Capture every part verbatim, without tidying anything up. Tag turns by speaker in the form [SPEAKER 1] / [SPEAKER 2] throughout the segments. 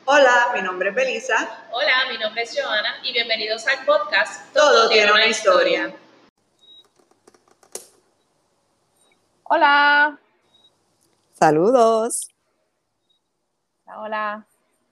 [SPEAKER 1] Hola, mi nombre es Belisa.
[SPEAKER 2] Hola, mi nombre es Joana y bienvenidos al podcast
[SPEAKER 1] Todo, Todo tiene una historia. historia.
[SPEAKER 3] Hola.
[SPEAKER 1] Saludos.
[SPEAKER 3] Hola.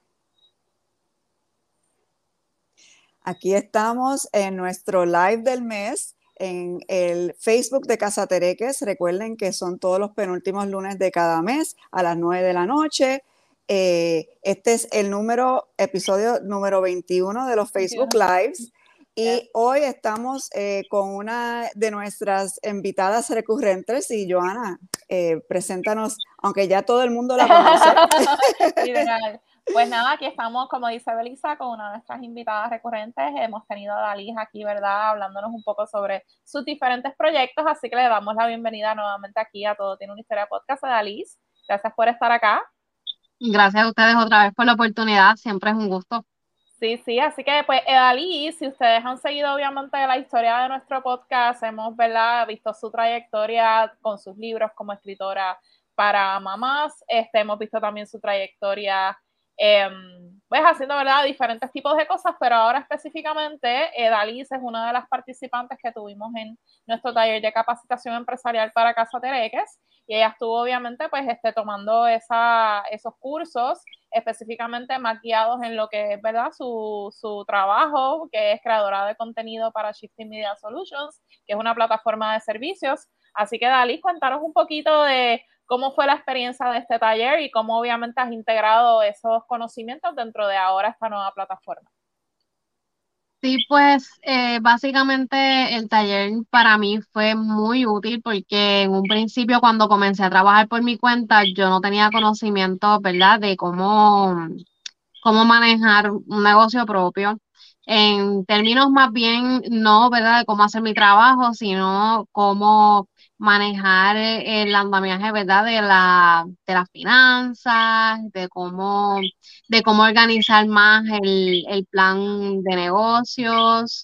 [SPEAKER 1] Aquí estamos en nuestro live del mes en el Facebook de Casa Tereques. Recuerden que son todos los penúltimos lunes de cada mes a las nueve de la noche. Eh, este es el número, episodio número veintiuno de los Facebook veintiuno. Lives. Y yeah. Hoy estamos eh, con una de nuestras invitadas recurrentes. Y Joana, eh, preséntanos, aunque ya todo el mundo la conoce.
[SPEAKER 3] Ideal. Pues nada, aquí estamos, como dice Belisa, con una de nuestras invitadas recurrentes. Hemos tenido a Dalis aquí, ¿verdad?, hablándonos un poco sobre sus diferentes proyectos, así que le damos la bienvenida nuevamente aquí a Todo Tiene una Historia Podcast. Dalis, gracias por estar acá.
[SPEAKER 4] Gracias a ustedes otra vez por la oportunidad, siempre es un gusto.
[SPEAKER 3] Sí, sí, así que pues Dalis, si ustedes han seguido obviamente la historia de nuestro podcast, hemos, ¿verdad?, visto su trayectoria con sus libros como escritora para mamás, este, hemos visto también su trayectoria Eh, pues haciendo, ¿verdad?, diferentes tipos de cosas, pero ahora específicamente eh, Dalis es una de las participantes que tuvimos en nuestro taller de capacitación empresarial para Casa Tereques, y ella estuvo obviamente pues este, tomando esa, esos cursos específicamente más guiados en lo que es, ¿verdad?, su, su trabajo, que es creadora de contenido para Shifting Media Solutions, que es una plataforma de servicios. Así que Dalis, cuéntanos un poquito de cómo fue la experiencia de este taller y cómo obviamente has integrado esos conocimientos dentro de ahora esta nueva plataforma.
[SPEAKER 4] Sí, pues eh, básicamente el taller para mí fue muy útil porque en un principio cuando comencé a trabajar por mi cuenta yo no tenía conocimiento, ¿verdad?, de cómo, cómo manejar un negocio propio. En términos más bien, no, ¿verdad?, de cómo hacer mi trabajo, sino cómo manejar el andamiaje, ¿verdad?, de la, de las finanzas, de cómo, de cómo organizar más el, el plan de negocios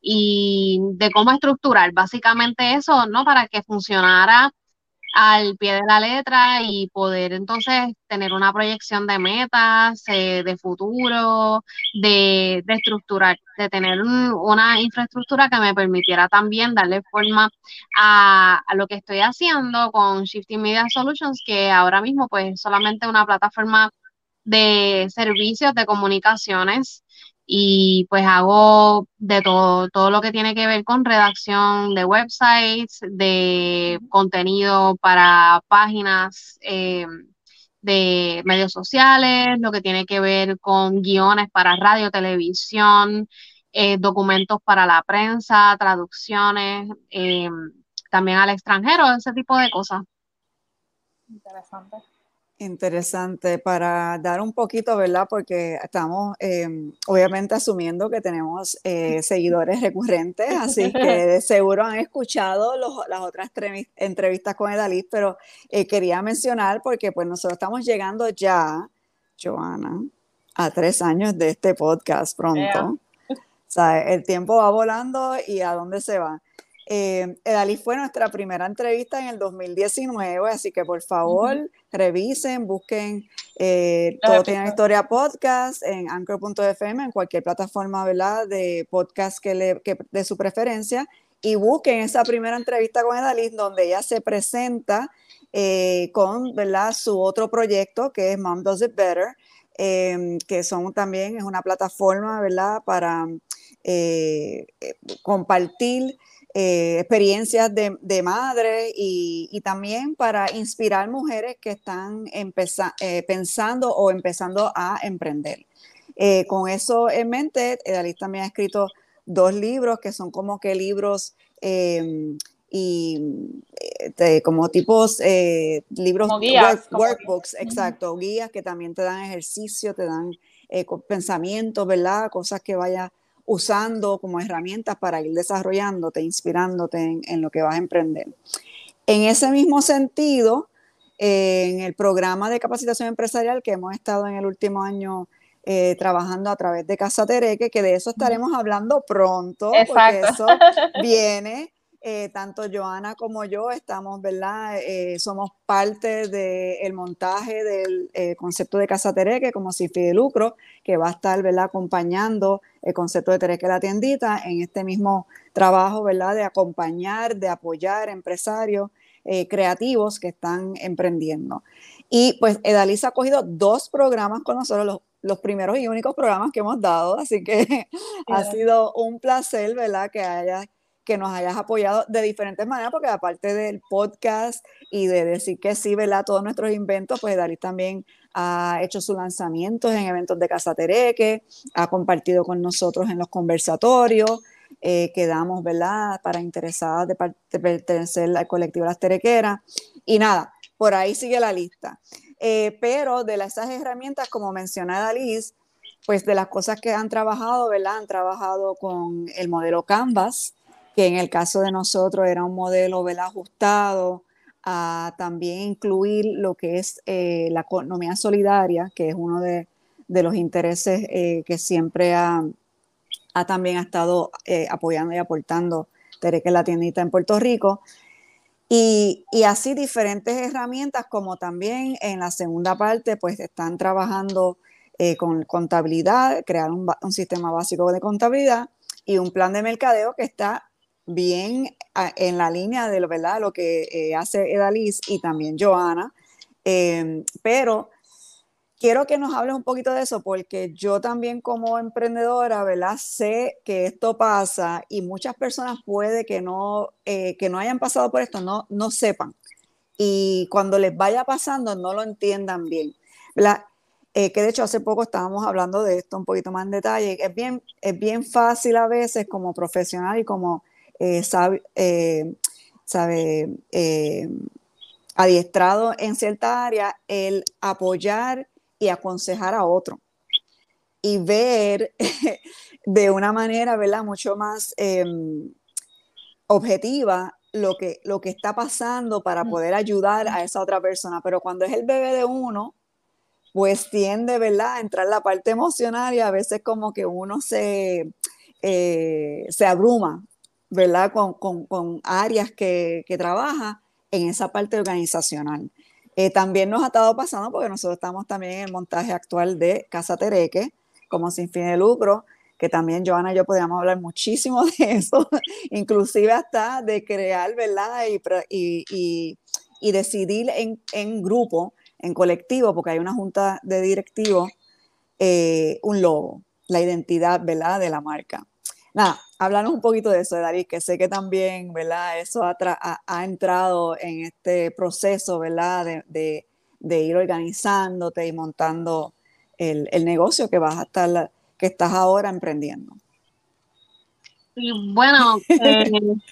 [SPEAKER 4] y de cómo estructurar básicamente eso, ¿no?, para que funcionara al pie de la letra y poder entonces tener una proyección de metas, eh, de futuro, de, de estructurar, de tener un, una infraestructura que me permitiera también darle forma a, a lo que estoy haciendo con Shifting Media Solutions, que ahora mismo pues es solamente una plataforma de servicios de comunicaciones y pues hago de todo, todo lo que tiene que ver con redacción de websites, de contenido para páginas eh, de medios sociales, lo que tiene que ver con guiones para radio, televisión, eh, documentos para la prensa, traducciones, eh, también al extranjero, ese tipo de cosas.
[SPEAKER 3] Interesante.
[SPEAKER 1] Interesante, para dar un poquito, ¿verdad? Porque estamos eh, obviamente asumiendo que tenemos eh, seguidores recurrentes, así que de seguro han escuchado los, las otras entrevistas con Dalis, pero eh, quería mencionar porque pues nosotros estamos llegando ya, Joana, a tres años de este podcast pronto. Yeah. O sea, el tiempo va volando y ¿a dónde se va? Eh, Dalis fue nuestra primera entrevista en el dos mil diecinueve, así que por favor uh-huh. revisen, busquen eh, Todo Tiene una Historia Podcast en anchor punto f m, en cualquier plataforma, ¿verdad?, de podcast que, le, que de su preferencia, y busquen esa primera entrevista con Dalis donde ella se presenta eh, con, ¿verdad?, su otro proyecto que es Mom Does It Better, eh, que son también, es una plataforma, ¿verdad?, para eh, compartir Eh, experiencias de, de madre y, y también para inspirar mujeres que están empeza, eh, pensando o empezando a emprender. Eh, con eso en mente, Dalis también ha escrito dos libros que son como que libros eh, y eh, como tipos, eh, libros,
[SPEAKER 3] como guías,
[SPEAKER 1] work,
[SPEAKER 3] como
[SPEAKER 1] workbooks,
[SPEAKER 3] guías.
[SPEAKER 1] exacto, guías que también te dan ejercicio, te dan eh, pensamientos, ¿verdad? Cosas que vayas usando como herramientas para ir desarrollándote, inspirándote en, en lo que vas a emprender. En ese mismo sentido, eh, en el programa de capacitación empresarial que hemos estado en el último año eh, trabajando a través de Casa Tereque, que de eso estaremos hablando pronto,
[SPEAKER 3] Exacto.
[SPEAKER 1] porque eso viene. eh, tanto Joana como yo estamos, ¿verdad? Eh, somos parte del montaje del eh, concepto de Casa Tereque como sin fin de lucro, que va a estar, ¿verdad?, acompañando el concepto de Tereque la tiendita en este mismo trabajo, ¿verdad?, de acompañar, de apoyar empresarios eh, creativos que están emprendiendo. Y pues Edalís ha cogido dos programas con nosotros, los, los primeros y únicos programas que hemos dado, así que yeah. ha sido un placer, ¿verdad?, que haya que nos hayas apoyado de diferentes maneras, porque aparte del podcast y de decir que sí, ¿verdad?, a todos nuestros inventos, pues Edalís también ha hecho sus lanzamientos en eventos de Casa Tereque, ha compartido con nosotros en los conversatorios eh, que damos, ¿verdad?, para interesadas de, de pertenecer al colectivo Las Terequeras. Y nada, por ahí sigue la lista. Eh, pero de esas herramientas, como menciona Edalís, pues de las cosas que han trabajado, ¿verdad?, han trabajado con el modelo Canvas, que en el caso de nosotros era un modelo, ¿verdad?, ajustado a también incluir lo que es eh, la economía solidaria, que es uno de, de los intereses eh, que siempre ha, ha también ha estado eh, apoyando y aportando Tereque la tiendita en Puerto Rico. Y, y así diferentes herramientas, como también en la segunda parte, pues están trabajando eh, con contabilidad, crear un, un sistema básico de contabilidad y un plan de mercadeo que está bien a, en la línea de lo, ¿verdad?, lo que eh, hace Edalís y también Joana. Eh, pero quiero que nos hables un poquito de eso, porque yo también como emprendedora, ¿verdad?, sé que esto pasa y muchas personas puede que no, eh, que no hayan pasado por esto, no, no sepan. Y cuando les vaya pasando no lo entiendan bien, ¿verdad? Eh, que de hecho hace poco estábamos hablando de esto un poquito más en detalle. Es bien, es bien fácil a veces como profesional y como eh, sabe, eh, sabe eh, adiestrado en cierta área, el apoyar y aconsejar a otro y ver de una manera, ¿verdad?, mucho más eh, objetiva lo que, lo que está pasando para poder ayudar a esa otra persona. Pero cuando es el bebé de uno, pues tiende, ¿verdad?, a entrar la parte emocional y a veces como que uno se, eh, se abruma, ¿verdad?, con, con, con áreas que, que trabaja en esa parte organizacional. Eh, también nos ha estado pasando porque nosotros estamos también en el montaje actual de Casa Tereque, como sin fin de lucro, que también Joana y yo podríamos hablar muchísimo de eso, inclusive hasta de crear, ¿verdad?, y, y, y, y decidir en, en grupo, en colectivo, porque hay una junta de directivos, eh, un logo, la identidad, ¿verdad?, de la marca. Nada, háblanos un poquito de eso, Edalís, que sé que también, ¿verdad?, eso ha, ha, ha entrado en este proceso, ¿verdad?, de, de, de ir organizándote y montando el, el negocio que vas a estar, que estás ahora emprendiendo.
[SPEAKER 4] Y bueno, eh,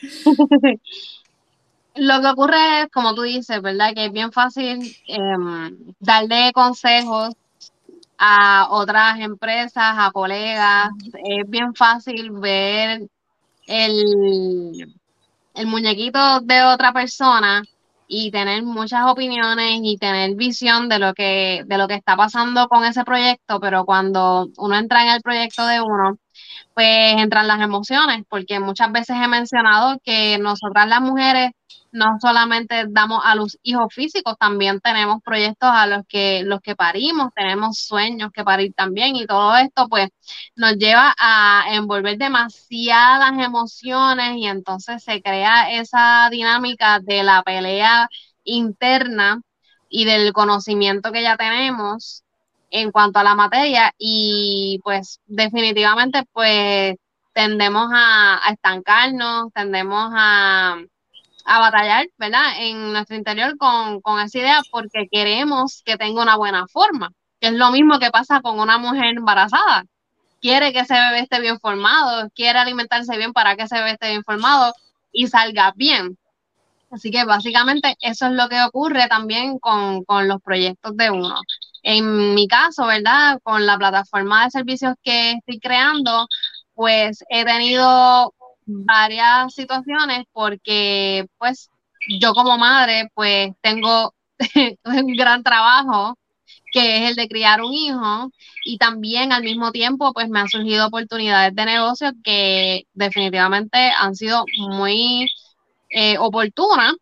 [SPEAKER 4] lo que ocurre es, como tú dices, ¿verdad?, que es bien fácil eh, darle consejos a otras empresas, a colegas. Es bien fácil ver el, el muñequito de otra persona y tener muchas opiniones y tener visión de lo que, de lo que está pasando con ese proyecto, pero cuando uno entra en el proyecto de uno, pues entran las emociones, porque muchas veces he mencionado que nosotras las mujeres no solamente damos a luz hijos físicos, también tenemos proyectos a los que los que parimos, tenemos sueños que parir también, y todo esto pues nos lleva a envolver demasiadas emociones y entonces se crea esa dinámica de la pelea interna y del conocimiento que ya tenemos en cuanto a la materia, y pues definitivamente pues tendemos a, a estancarnos, tendemos a, a batallar, ¿verdad?, en nuestro interior con, con esa idea porque queremos que tenga una buena forma, que es lo mismo que pasa con una mujer embarazada. Quiere que ese bebé esté bien formado, quiere alimentarse bien para que ese bebé esté bien formado y salga bien. Así que básicamente eso es lo que ocurre también con, con los proyectos de uno. En mi caso, ¿verdad?, con la plataforma de servicios que estoy creando, pues he tenido varias situaciones porque pues yo como madre pues tengo un gran trabajo que es el de criar un hijo, y también al mismo tiempo pues me han surgido oportunidades de negocio que definitivamente han sido muy eh, oportuna.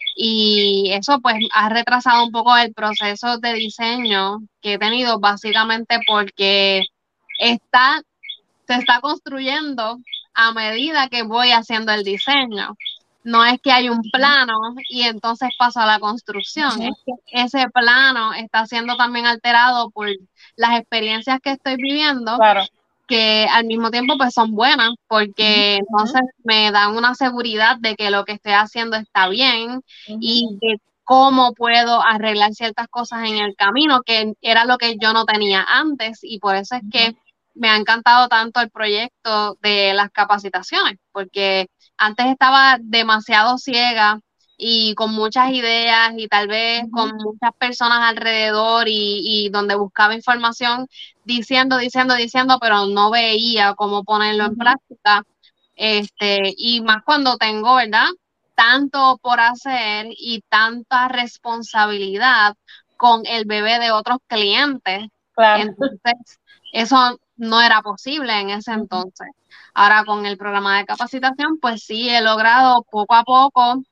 [SPEAKER 4] Y eso pues ha retrasado un poco el proceso de diseño que he tenido, básicamente porque está, se está construyendo a medida que voy haciendo el diseño. No es que hay un plano y entonces paso a la construcción, es que ese plano está siendo también alterado por las experiencias que estoy viviendo,
[SPEAKER 3] Claro.
[SPEAKER 4] que al mismo tiempo pues son buenas, porque
[SPEAKER 3] Ujú.
[SPEAKER 4] entonces me dan una seguridad de que lo que estoy haciendo está bien
[SPEAKER 3] Ujú.
[SPEAKER 4] y de cómo puedo arreglar ciertas cosas en el camino, que era lo que yo no tenía antes, y por eso es que me ha encantado tanto el proyecto de las capacitaciones, porque antes estaba demasiado ciega y con muchas ideas y tal vez
[SPEAKER 3] Ujú.
[SPEAKER 4] con muchas personas alrededor y, y donde buscaba información diciendo, diciendo, diciendo, pero no veía cómo ponerlo en
[SPEAKER 3] Ujú.
[SPEAKER 4] práctica. Este, y más cuando tengo, ¿verdad? Tanto por hacer y tanta responsabilidad con el bebé de otros clientes.
[SPEAKER 3] Claro.
[SPEAKER 4] Entonces, eso no era posible en ese
[SPEAKER 3] Ujú.
[SPEAKER 4] entonces. Ahora con el programa de capacitación, pues sí, he logrado poco a poco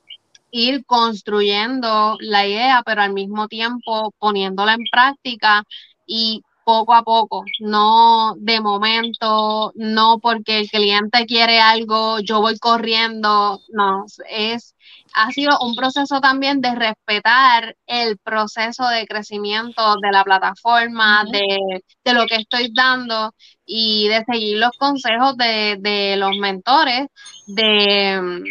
[SPEAKER 4] ir construyendo la idea, pero al mismo tiempo poniéndola en práctica y poco a poco, no de momento, no porque el cliente quiere algo, yo voy corriendo, no, es, ha sido un proceso también de respetar el proceso de crecimiento de la plataforma,
[SPEAKER 3] Ujú.
[SPEAKER 4] de, de lo que estoy dando y de seguir los consejos de, de los mentores, de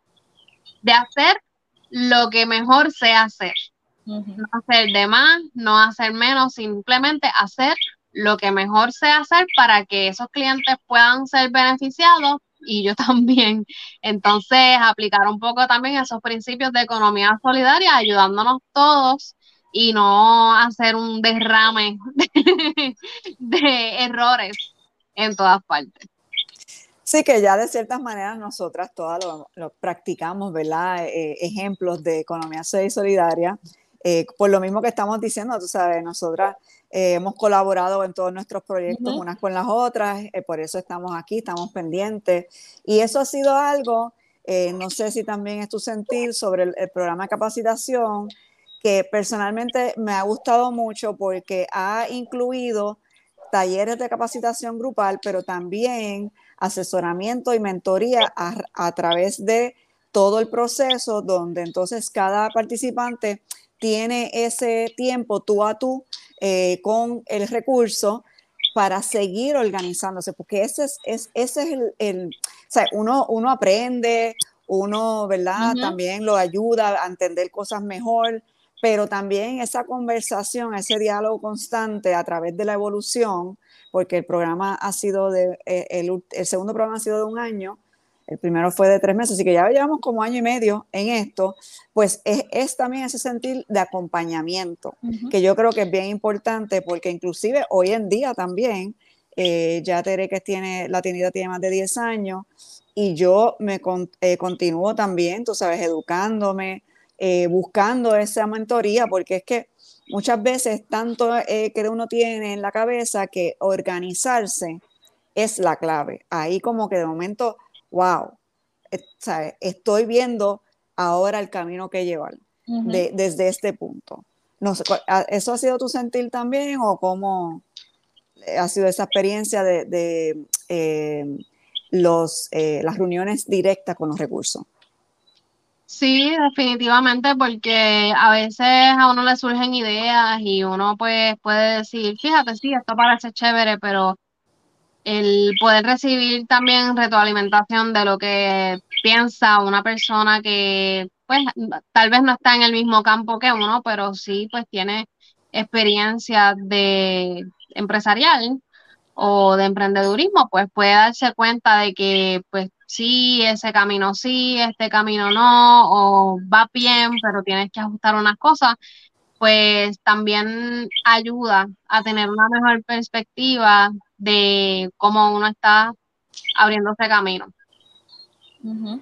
[SPEAKER 4] de hacer lo que mejor sé hacer.
[SPEAKER 3] Ujú.
[SPEAKER 4] No hacer de más, no hacer menos, simplemente hacer lo que mejor sé hacer para que esos clientes puedan ser beneficiados y yo también. Entonces, aplicar un poco también esos principios de economía solidaria, ayudándonos todos y no hacer un derrame de, de errores en todas partes.
[SPEAKER 1] Sí, que ya de ciertas maneras nosotras todas lo, lo practicamos, ¿verdad? Eh, ejemplos de economía social y solidaria. Eh, por lo mismo que estamos diciendo, tú sabes, nosotras eh, hemos colaborado en todos nuestros proyectos
[SPEAKER 3] Ujú.
[SPEAKER 1] unas con las otras, eh, por eso estamos aquí, estamos pendientes. Y eso ha sido algo, eh, no sé si también es tu sentir sobre el, el programa de capacitación, que personalmente me ha gustado mucho porque ha incluido talleres de capacitación grupal, pero también asesoramiento y mentoría a, a través de todo el proceso, donde entonces cada participante tiene ese tiempo tú a tú eh, con el recurso para seguir organizándose, porque ese es, es, ese es el, el o sea, uno, uno aprende, uno, ¿verdad?
[SPEAKER 3] Ujú.
[SPEAKER 1] También lo ayuda a entender cosas mejor, pero también esa conversación, ese diálogo constante a través de la evolución, porque el programa ha sido de, eh, el, el segundo programa ha sido de un año, el primero fue de tres meses, así que ya llevamos como año y medio en esto, pues es, es también ese sentir de acompañamiento,
[SPEAKER 3] Ujú.
[SPEAKER 1] que yo creo que es bien importante, porque inclusive hoy en día también, eh, ya Tere que tiene, la tiendita tiene más de diez años, y yo me con, eh, continúo también, tú sabes, educándome, eh, buscando esa mentoría, porque es que muchas veces tanto eh, que uno tiene en la cabeza que organizarse es la clave. Ahí como que de momento, wow, eh, ¿sabes? Estoy viendo ahora el camino que llevar
[SPEAKER 3] Ujú.
[SPEAKER 1] de, desde este punto. No sé, ¿eso ha sido tu sentir también o cómo ha sido esa experiencia de, de eh, los, eh, las reuniones directas con los recursos?
[SPEAKER 4] Sí, definitivamente, porque a veces a uno le surgen ideas y uno pues puede decir, fíjate, sí, esto parece chévere, pero el poder recibir también retroalimentación de lo que piensa una persona que pues tal vez no está en el mismo campo que uno, pero sí pues tiene experiencia de empresarial o de emprendedurismo, pues puede darse cuenta de que pues sí, ese camino sí, este camino no, o va bien, pero tienes que ajustar unas cosas, pues también ayuda a tener una mejor perspectiva de cómo uno está abriendo ese camino.
[SPEAKER 3] Ujú.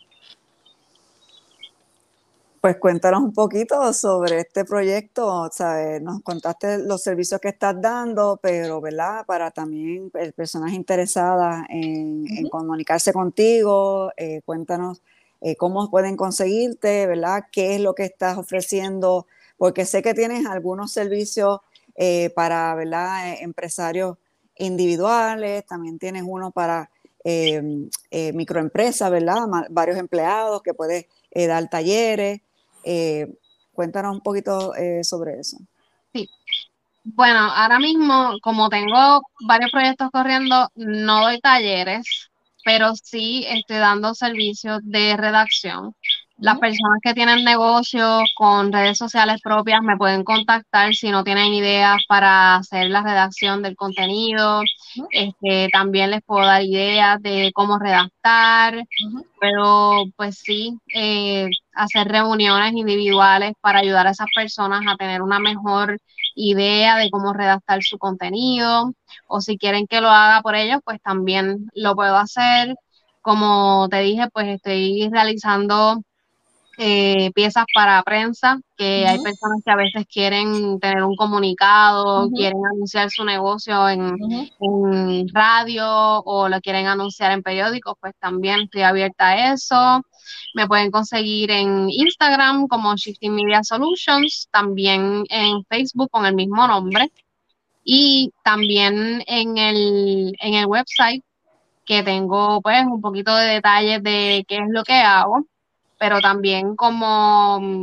[SPEAKER 1] Pues cuéntanos un poquito sobre este proyecto, ¿sabes? Nos contaste los servicios que estás dando, pero, ¿verdad? Para también personas interesadas en, en
[SPEAKER 3] Ujú.
[SPEAKER 1] comunicarse contigo, eh, cuéntanos eh, cómo pueden conseguirte, ¿verdad? ¿Qué es lo que estás ofreciendo? Porque sé que tienes algunos servicios eh, para, ¿verdad? Eh, empresarios individuales, también tienes uno para eh, eh, microempresas, ¿verdad? Ma- varios empleados que puedes eh, dar talleres. Eh, cuéntanos un poquito eh, sobre eso.
[SPEAKER 4] Sí. Bueno, ahora mismo, como tengo varios proyectos corriendo, no doy talleres, pero sí estoy dando servicios de redacción. Las
[SPEAKER 3] Ujú,
[SPEAKER 4] personas que tienen negocios con redes sociales propias me pueden contactar si no tienen ideas para hacer la redacción del contenido.
[SPEAKER 3] ujú,
[SPEAKER 4] Este, también les puedo dar ideas de cómo redactar.
[SPEAKER 3] ujú.
[SPEAKER 4] Pero pues sí, eh, hacer reuniones individuales para ayudar a esas personas a tener una mejor idea de cómo redactar su contenido, o si quieren que lo haga por ellos, pues también lo puedo hacer. Como te dije, pues estoy realizando eh, piezas para prensa, que hay
[SPEAKER 3] Ujú,
[SPEAKER 4] personas que a veces quieren tener un comunicado,
[SPEAKER 3] ujú,
[SPEAKER 4] quieren anunciar su negocio en,
[SPEAKER 3] ujú.
[SPEAKER 4] en radio o lo quieren anunciar en periódicos, pues también estoy abierta a eso. Me pueden conseguir en Instagram como Shifting Media Solutions, también en Facebook con el mismo nombre y también en el, en el website que tengo pues un poquito de detalles de qué es lo que hago, pero también como, mm,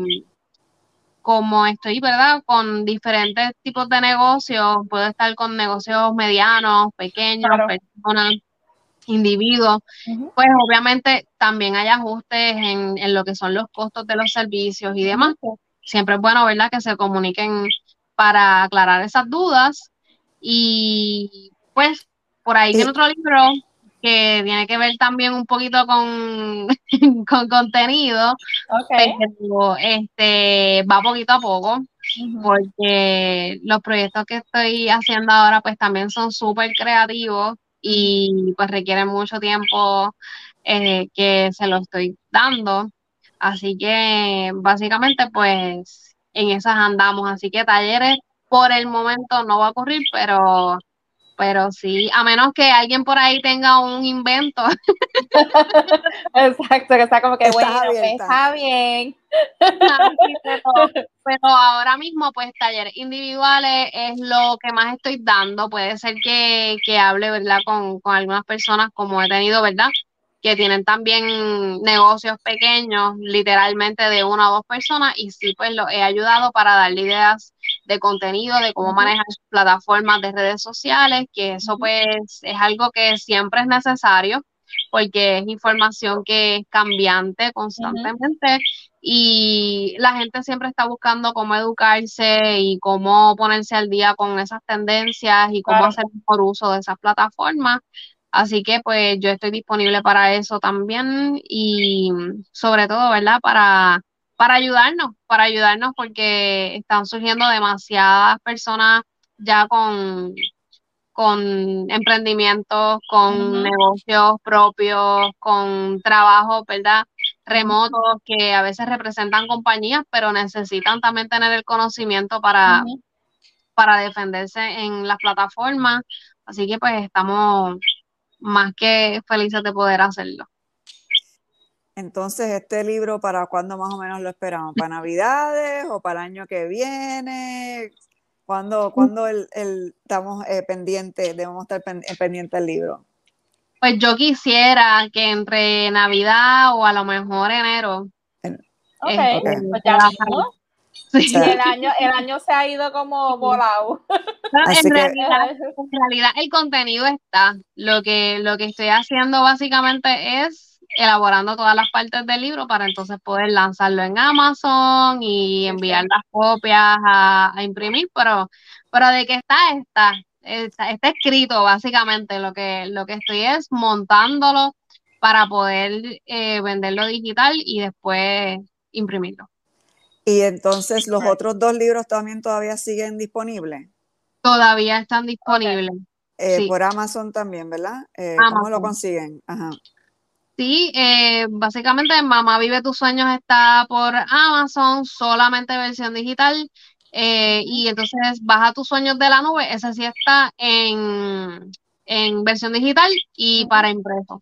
[SPEAKER 4] como estoy, ¿verdad? Con diferentes tipos de negocios, puedo estar con negocios medianos, pequeños,
[SPEAKER 3] Claro.
[SPEAKER 4] personas, individuos,
[SPEAKER 3] Ujú,
[SPEAKER 4] pues obviamente también hay ajustes en, en lo que son los costos de los servicios y demás,
[SPEAKER 3] ujú.
[SPEAKER 4] pues siempre es bueno, ¿verdad? Que se comuniquen para aclarar esas dudas. Y pues por ahí viene
[SPEAKER 1] Y,
[SPEAKER 4] otro libro que tiene que ver también un poquito con, con contenido,
[SPEAKER 3] Ok.
[SPEAKER 4] pero este va poquito a poco,
[SPEAKER 3] Ujú,
[SPEAKER 4] porque los proyectos que estoy haciendo ahora pues también son súper creativos
[SPEAKER 1] ujú.
[SPEAKER 4] y pues requieren mucho tiempo eh, que se lo estoy dando. Así que básicamente pues en esas andamos. Así que talleres por el momento no va a ocurrir, pero, pero sí, a menos que alguien por ahí tenga un invento.
[SPEAKER 3] Exacto, que está como que
[SPEAKER 1] Estás
[SPEAKER 3] bueno, pues
[SPEAKER 1] abierta.
[SPEAKER 3] está bien.
[SPEAKER 4] Ay, sí, pero, pero ahora mismo, pues, talleres individuales es lo que más estoy dando. Puede ser que, que hable, ¿verdad? Con, con algunas personas, como he tenido, ¿verdad? Que tienen también negocios pequeños, literalmente de una o dos personas, y sí, pues, los he ayudado para darle ideas de contenido, de cómo
[SPEAKER 3] Ujú,
[SPEAKER 4] manejar sus plataformas de redes sociales, que eso,
[SPEAKER 3] ujú,
[SPEAKER 4] pues, es algo que siempre es necesario, porque es información que es cambiante
[SPEAKER 3] ujú.
[SPEAKER 4] constantemente y la gente siempre está buscando cómo educarse y cómo ponerse al día con esas tendencias y cómo
[SPEAKER 3] Claro.
[SPEAKER 4] hacer mejor uso de esas plataformas. Así que pues yo estoy disponible para eso también y sobre todo, ¿verdad? Para, para ayudarnos, para ayudarnos porque están surgiendo demasiadas personas ya con con emprendimientos, con
[SPEAKER 3] Ujú,
[SPEAKER 4] negocios propios, con trabajos, ¿verdad?
[SPEAKER 3] ujú,
[SPEAKER 4] Remotos que a veces representan compañías, pero necesitan también tener el conocimiento para,
[SPEAKER 3] ujú.
[SPEAKER 4] para defenderse en las plataformas. Así que pues estamos más que felices de poder hacerlo.
[SPEAKER 1] Entonces, ¿este libro para cuándo más o menos lo esperamos? ¿Para Navidades o para el año que viene? ¿Cuándo, cuándo el, el- estamos eh, pendientes, debemos estar pen- eh, pendientes del libro?
[SPEAKER 4] Pues yo quisiera que entre Navidad o a lo mejor enero,
[SPEAKER 1] En-
[SPEAKER 3] Ok,
[SPEAKER 4] este,
[SPEAKER 1] ok, o
[SPEAKER 3] pues ya
[SPEAKER 4] pueda
[SPEAKER 3] mismo.
[SPEAKER 4] salir.
[SPEAKER 3] Y
[SPEAKER 4] Sí.
[SPEAKER 3] el año, el año se ha ido como
[SPEAKER 4] Sí.
[SPEAKER 3] volado.
[SPEAKER 4] Bueno, en
[SPEAKER 1] así que,
[SPEAKER 4] realidad, en realidad el contenido está. Lo que, lo que estoy haciendo básicamente es elaborando todas las partes del libro para entonces poder lanzarlo en Amazon y
[SPEAKER 3] Sí,
[SPEAKER 4] enviar
[SPEAKER 3] sí.
[SPEAKER 4] las copias a, a imprimir, pero, pero de que está, está, está, está escrito básicamente. Lo que, lo que estoy es montándolo para poder eh, venderlo digital y después imprimirlo.
[SPEAKER 1] y entonces los
[SPEAKER 3] Ok,
[SPEAKER 1] otros dos libros también todavía siguen disponibles.
[SPEAKER 4] Todavía están
[SPEAKER 3] ok.
[SPEAKER 4] disponibles.
[SPEAKER 1] Eh,
[SPEAKER 4] Sí,
[SPEAKER 1] por Amazon también, ¿verdad? Eh, ¿cómo lo
[SPEAKER 4] Amazon.
[SPEAKER 1] consiguen? Ajá.
[SPEAKER 4] Sí, eh, básicamente Mamá Vive Tus Sueños está por Amazon, solamente versión digital. Eh,
[SPEAKER 3] Ujú,
[SPEAKER 4] y entonces Baja Tus Sueños de la Nube, ese sí está en, en versión digital y
[SPEAKER 3] ujú.
[SPEAKER 4] para impreso.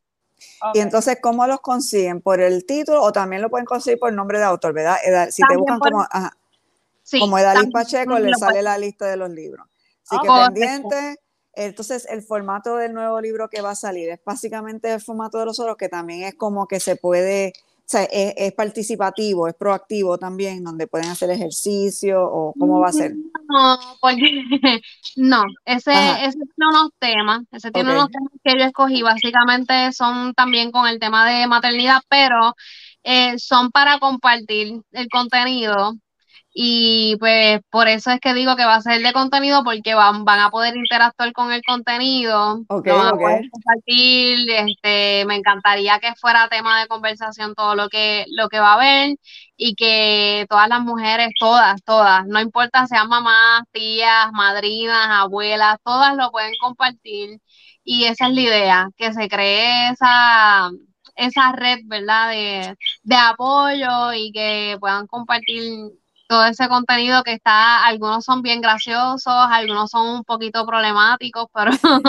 [SPEAKER 1] Y entonces, ¿cómo los consiguen? ¿Por el título o también lo pueden conseguir por nombre de autor, verdad? Eda- si te
[SPEAKER 4] También
[SPEAKER 1] buscan
[SPEAKER 4] por,
[SPEAKER 1] como, ajá,
[SPEAKER 4] sí,
[SPEAKER 1] como Edalis
[SPEAKER 4] también
[SPEAKER 1] Pacheco, le
[SPEAKER 4] lo
[SPEAKER 1] sale
[SPEAKER 4] pueden.
[SPEAKER 1] la lista de los libros. Así que
[SPEAKER 4] Correcto.
[SPEAKER 1] pendiente. Entonces, el formato del nuevo libro que va a salir es básicamente el formato de los otros, que también es como que se puede, o sea, es, es participativo, es proactivo también, donde pueden hacer ejercicio o cómo va a ser.
[SPEAKER 4] No, porque no, ese,
[SPEAKER 1] Ajá,
[SPEAKER 4] ese tiene unos temas, ese tiene unos
[SPEAKER 1] ok,
[SPEAKER 4] temas que yo escogí, básicamente son también con el tema de maternidad, pero eh, son para compartir el contenido. Y pues por eso es que digo que va a ser de contenido, porque van, van a poder interactuar con el contenido,
[SPEAKER 1] ok,
[SPEAKER 4] lo van a
[SPEAKER 1] ok.
[SPEAKER 4] poder compartir. Este, me encantaría que fuera tema de conversación todo lo que, lo que va a haber, y que todas las mujeres, todas, todas, no importa sean mamás, tías, madrinas, abuelas, todas lo pueden compartir. Y esa es la idea, que se cree esa, esa red, ¿verdad? De, de apoyo, y que puedan compartir todo ese contenido que está, algunos son bien graciosos, algunos son un poquito problemáticos, pero,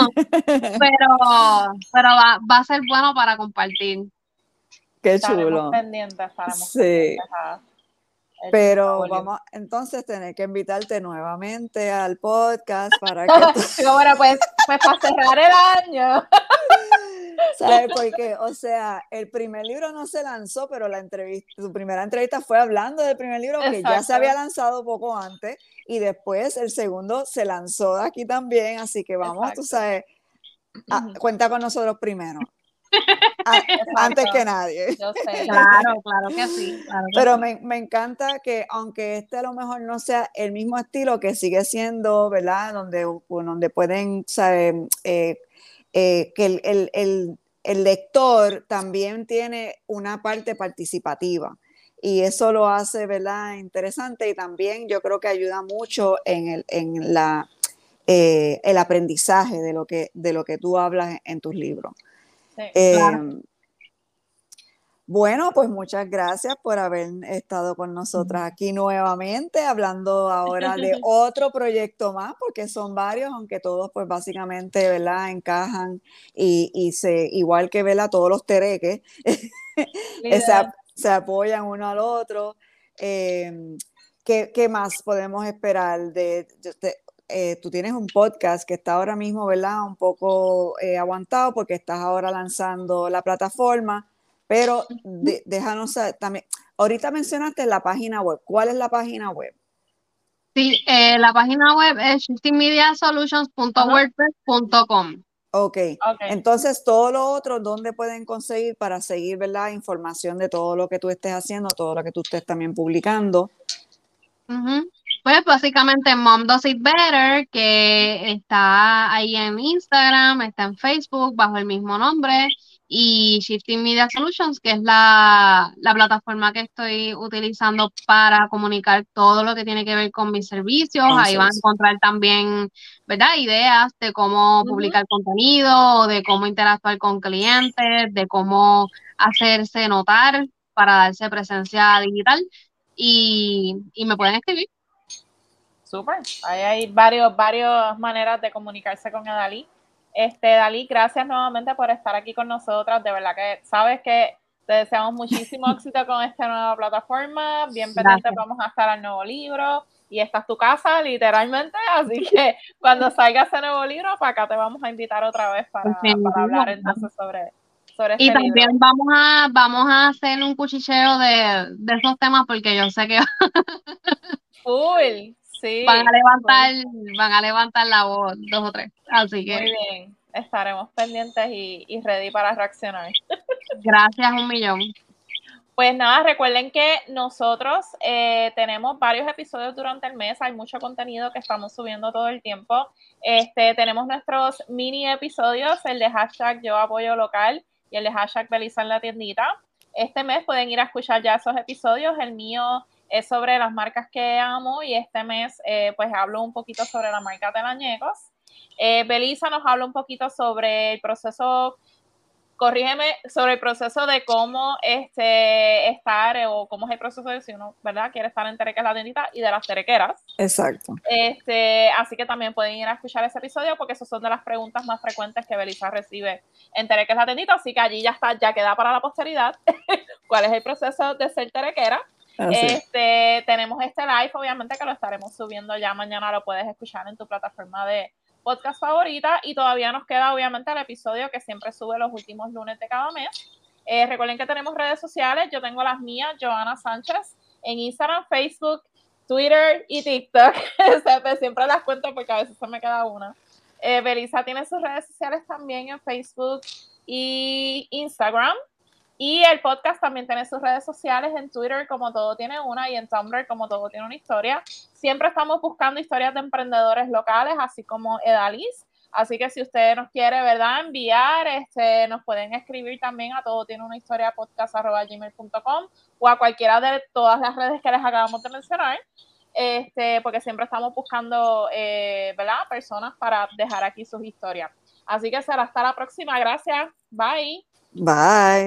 [SPEAKER 4] pero, pero va, va a ser bueno para compartir.
[SPEAKER 1] Qué
[SPEAKER 3] Estaremos
[SPEAKER 1] chulo.
[SPEAKER 3] pendientes, estaremos
[SPEAKER 1] Sí.
[SPEAKER 3] pendientes a el
[SPEAKER 1] Pero
[SPEAKER 3] nuevo libro.
[SPEAKER 1] vamos entonces tener que invitarte nuevamente al podcast para que tú,
[SPEAKER 3] Digo, bueno, pues, pues para cerrar el año.
[SPEAKER 1] ¿sabes? Porque, o sea, el primer libro no se lanzó, pero la entrevista, tu primera entrevista fue hablando del primer libro que ya se había
[SPEAKER 3] Exacto,
[SPEAKER 1] lanzado poco antes, y después el segundo se lanzó aquí también, así que vamos, tú
[SPEAKER 3] exacto,
[SPEAKER 1] sabes, a- cuenta con nosotros primero, a- antes que
[SPEAKER 3] exacto.
[SPEAKER 1] nadie.
[SPEAKER 3] Yo sé, yo sé.
[SPEAKER 4] Claro, claro que sí, claro que
[SPEAKER 1] Pero
[SPEAKER 4] sí.
[SPEAKER 1] me, me encanta que, aunque este a lo mejor no sea el mismo estilo, que sigue siendo, ¿verdad? Donde, donde pueden, ¿sabes? Eh, eh, que el, el, el, el lector también tiene una parte participativa. Y eso lo hace, ¿verdad? Interesante, y también yo creo que ayuda mucho en el, en la, eh, el aprendizaje de lo, que, de lo que tú hablas en, en tus libros.
[SPEAKER 3] Sí.
[SPEAKER 1] Eh,
[SPEAKER 4] Claro.
[SPEAKER 1] bueno, pues muchas gracias por haber estado con nosotras aquí nuevamente, hablando ahora de otro proyecto más, porque son varios, aunque todos pues básicamente, ¿verdad? Encajan y, y se, igual que, ¿verdad? Todos los tereques se,
[SPEAKER 3] Líder.
[SPEAKER 1] se apoyan uno al otro. Eh, ¿qué, ¿Qué más podemos esperar de, de eh, tú tienes un podcast que está ahora mismo, ¿verdad? Un poco eh, aguantado porque estás ahora lanzando la plataforma, pero de, déjanos saber también. Ahorita mencionaste la página web. ¿Cuál es la página web?
[SPEAKER 4] Sí, eh, la página web es shifting media solutions punto
[SPEAKER 3] Ajá.
[SPEAKER 4] wordpress punto com.
[SPEAKER 1] Ok,
[SPEAKER 3] Ok.
[SPEAKER 1] entonces todo lo otro, ¿dónde pueden conseguir para seguir, ¿verdad? Información de todo lo que tú estés haciendo, todo lo que tú estés también publicando.
[SPEAKER 4] Ujú. Pues básicamente Mom Does It Better, que está ahí en Instagram, está en Facebook bajo el mismo nombre, y Shifting Media Solutions, que es la, la plataforma que estoy utilizando para comunicar todo lo que tiene que ver con mis servicios. Ahí van a
[SPEAKER 1] Entonces,
[SPEAKER 4] encontrar también, ¿verdad? Ideas de cómo
[SPEAKER 3] Ujú.
[SPEAKER 4] publicar contenido, de cómo interactuar con clientes, de cómo hacerse notar para darse presencia digital. Y, y me pueden escribir.
[SPEAKER 3] Súper. Ahí hay varios, varias maneras de comunicarse con Dalí. Este, Dalí, gracias nuevamente por estar aquí con nosotras. De verdad que sabes que te deseamos muchísimo éxito con esta nueva plataforma. Bien pendientes
[SPEAKER 4] Gracias.
[SPEAKER 3] vamos a estar al nuevo libro. Y esta es tu casa, literalmente. Así que cuando salga ese nuevo libro, para acá te vamos a invitar otra vez para, para
[SPEAKER 4] Definitivo.
[SPEAKER 3] hablar entonces sobre, sobre
[SPEAKER 4] Y
[SPEAKER 3] este libro.
[SPEAKER 4] también vamos a, vamos a hacer un cuchicheo de, de esos temas, porque yo sé que
[SPEAKER 3] Full,
[SPEAKER 4] van a
[SPEAKER 3] sí, full.
[SPEAKER 4] levantar, van a levantar la voz dos o tres. Así
[SPEAKER 3] Muy
[SPEAKER 4] que
[SPEAKER 3] bien. Estaremos pendientes y, y ready para reaccionar.
[SPEAKER 4] gracias un millón.
[SPEAKER 3] Pues nada, recuerden que nosotros eh, tenemos varios episodios durante el mes, hay mucho contenido que estamos subiendo todo el tiempo. Este, tenemos nuestros mini episodios, el de hashtag Yo Apoyo Local y el de hashtag Belisa en la Tiendita. Este mes pueden ir a escuchar ya esos episodios. El mío es sobre las marcas que amo, y este mes eh, pues hablo un poquito sobre la marca Telañecos. Eh, Belisa nos habla un poquito sobre el proceso corrígeme sobre el proceso de cómo este, estar o cómo es el proceso de si uno, ¿verdad? Quiere estar en Tere, que es la tiendita, y de las terequeras.
[SPEAKER 1] Exacto.
[SPEAKER 3] Este, así que también pueden ir a escuchar ese episodio porque esas son de las preguntas más frecuentes que Belisa recibe en Tere, que es la tiendita, así que allí ya está, ya queda para la posteridad cuál es el proceso de ser terequera. Este, tenemos este live, obviamente, que lo estaremos subiendo ya mañana, lo puedes escuchar en tu plataforma de podcast favorita, y todavía nos queda obviamente el episodio que siempre sube los últimos lunes de cada mes. Eh, recuerden que tenemos redes sociales, yo tengo las mías, Johanna Sánchez, en Instagram, Facebook, Twitter y TikTok. Siempre las cuento porque a veces se me queda una. eh, Belisa tiene sus redes sociales también en Facebook y Instagram. Y el podcast también tiene sus redes sociales en Twitter, como Todo Tiene Una, y en Tumblr, como Todo Tiene Una Historia. Siempre estamos buscando historias de emprendedores locales, así como Edalis. Así que si usted nos quiere, ¿verdad?, enviar, este, nos pueden escribir también a todo tiene una historia podcast arroba gmail punto com o a cualquiera de todas las redes que les acabamos de mencionar. Este, porque siempre estamos buscando, eh, ¿verdad?, personas para dejar aquí sus historias. Así que será hasta la próxima. Gracias. Bye.
[SPEAKER 1] Bye.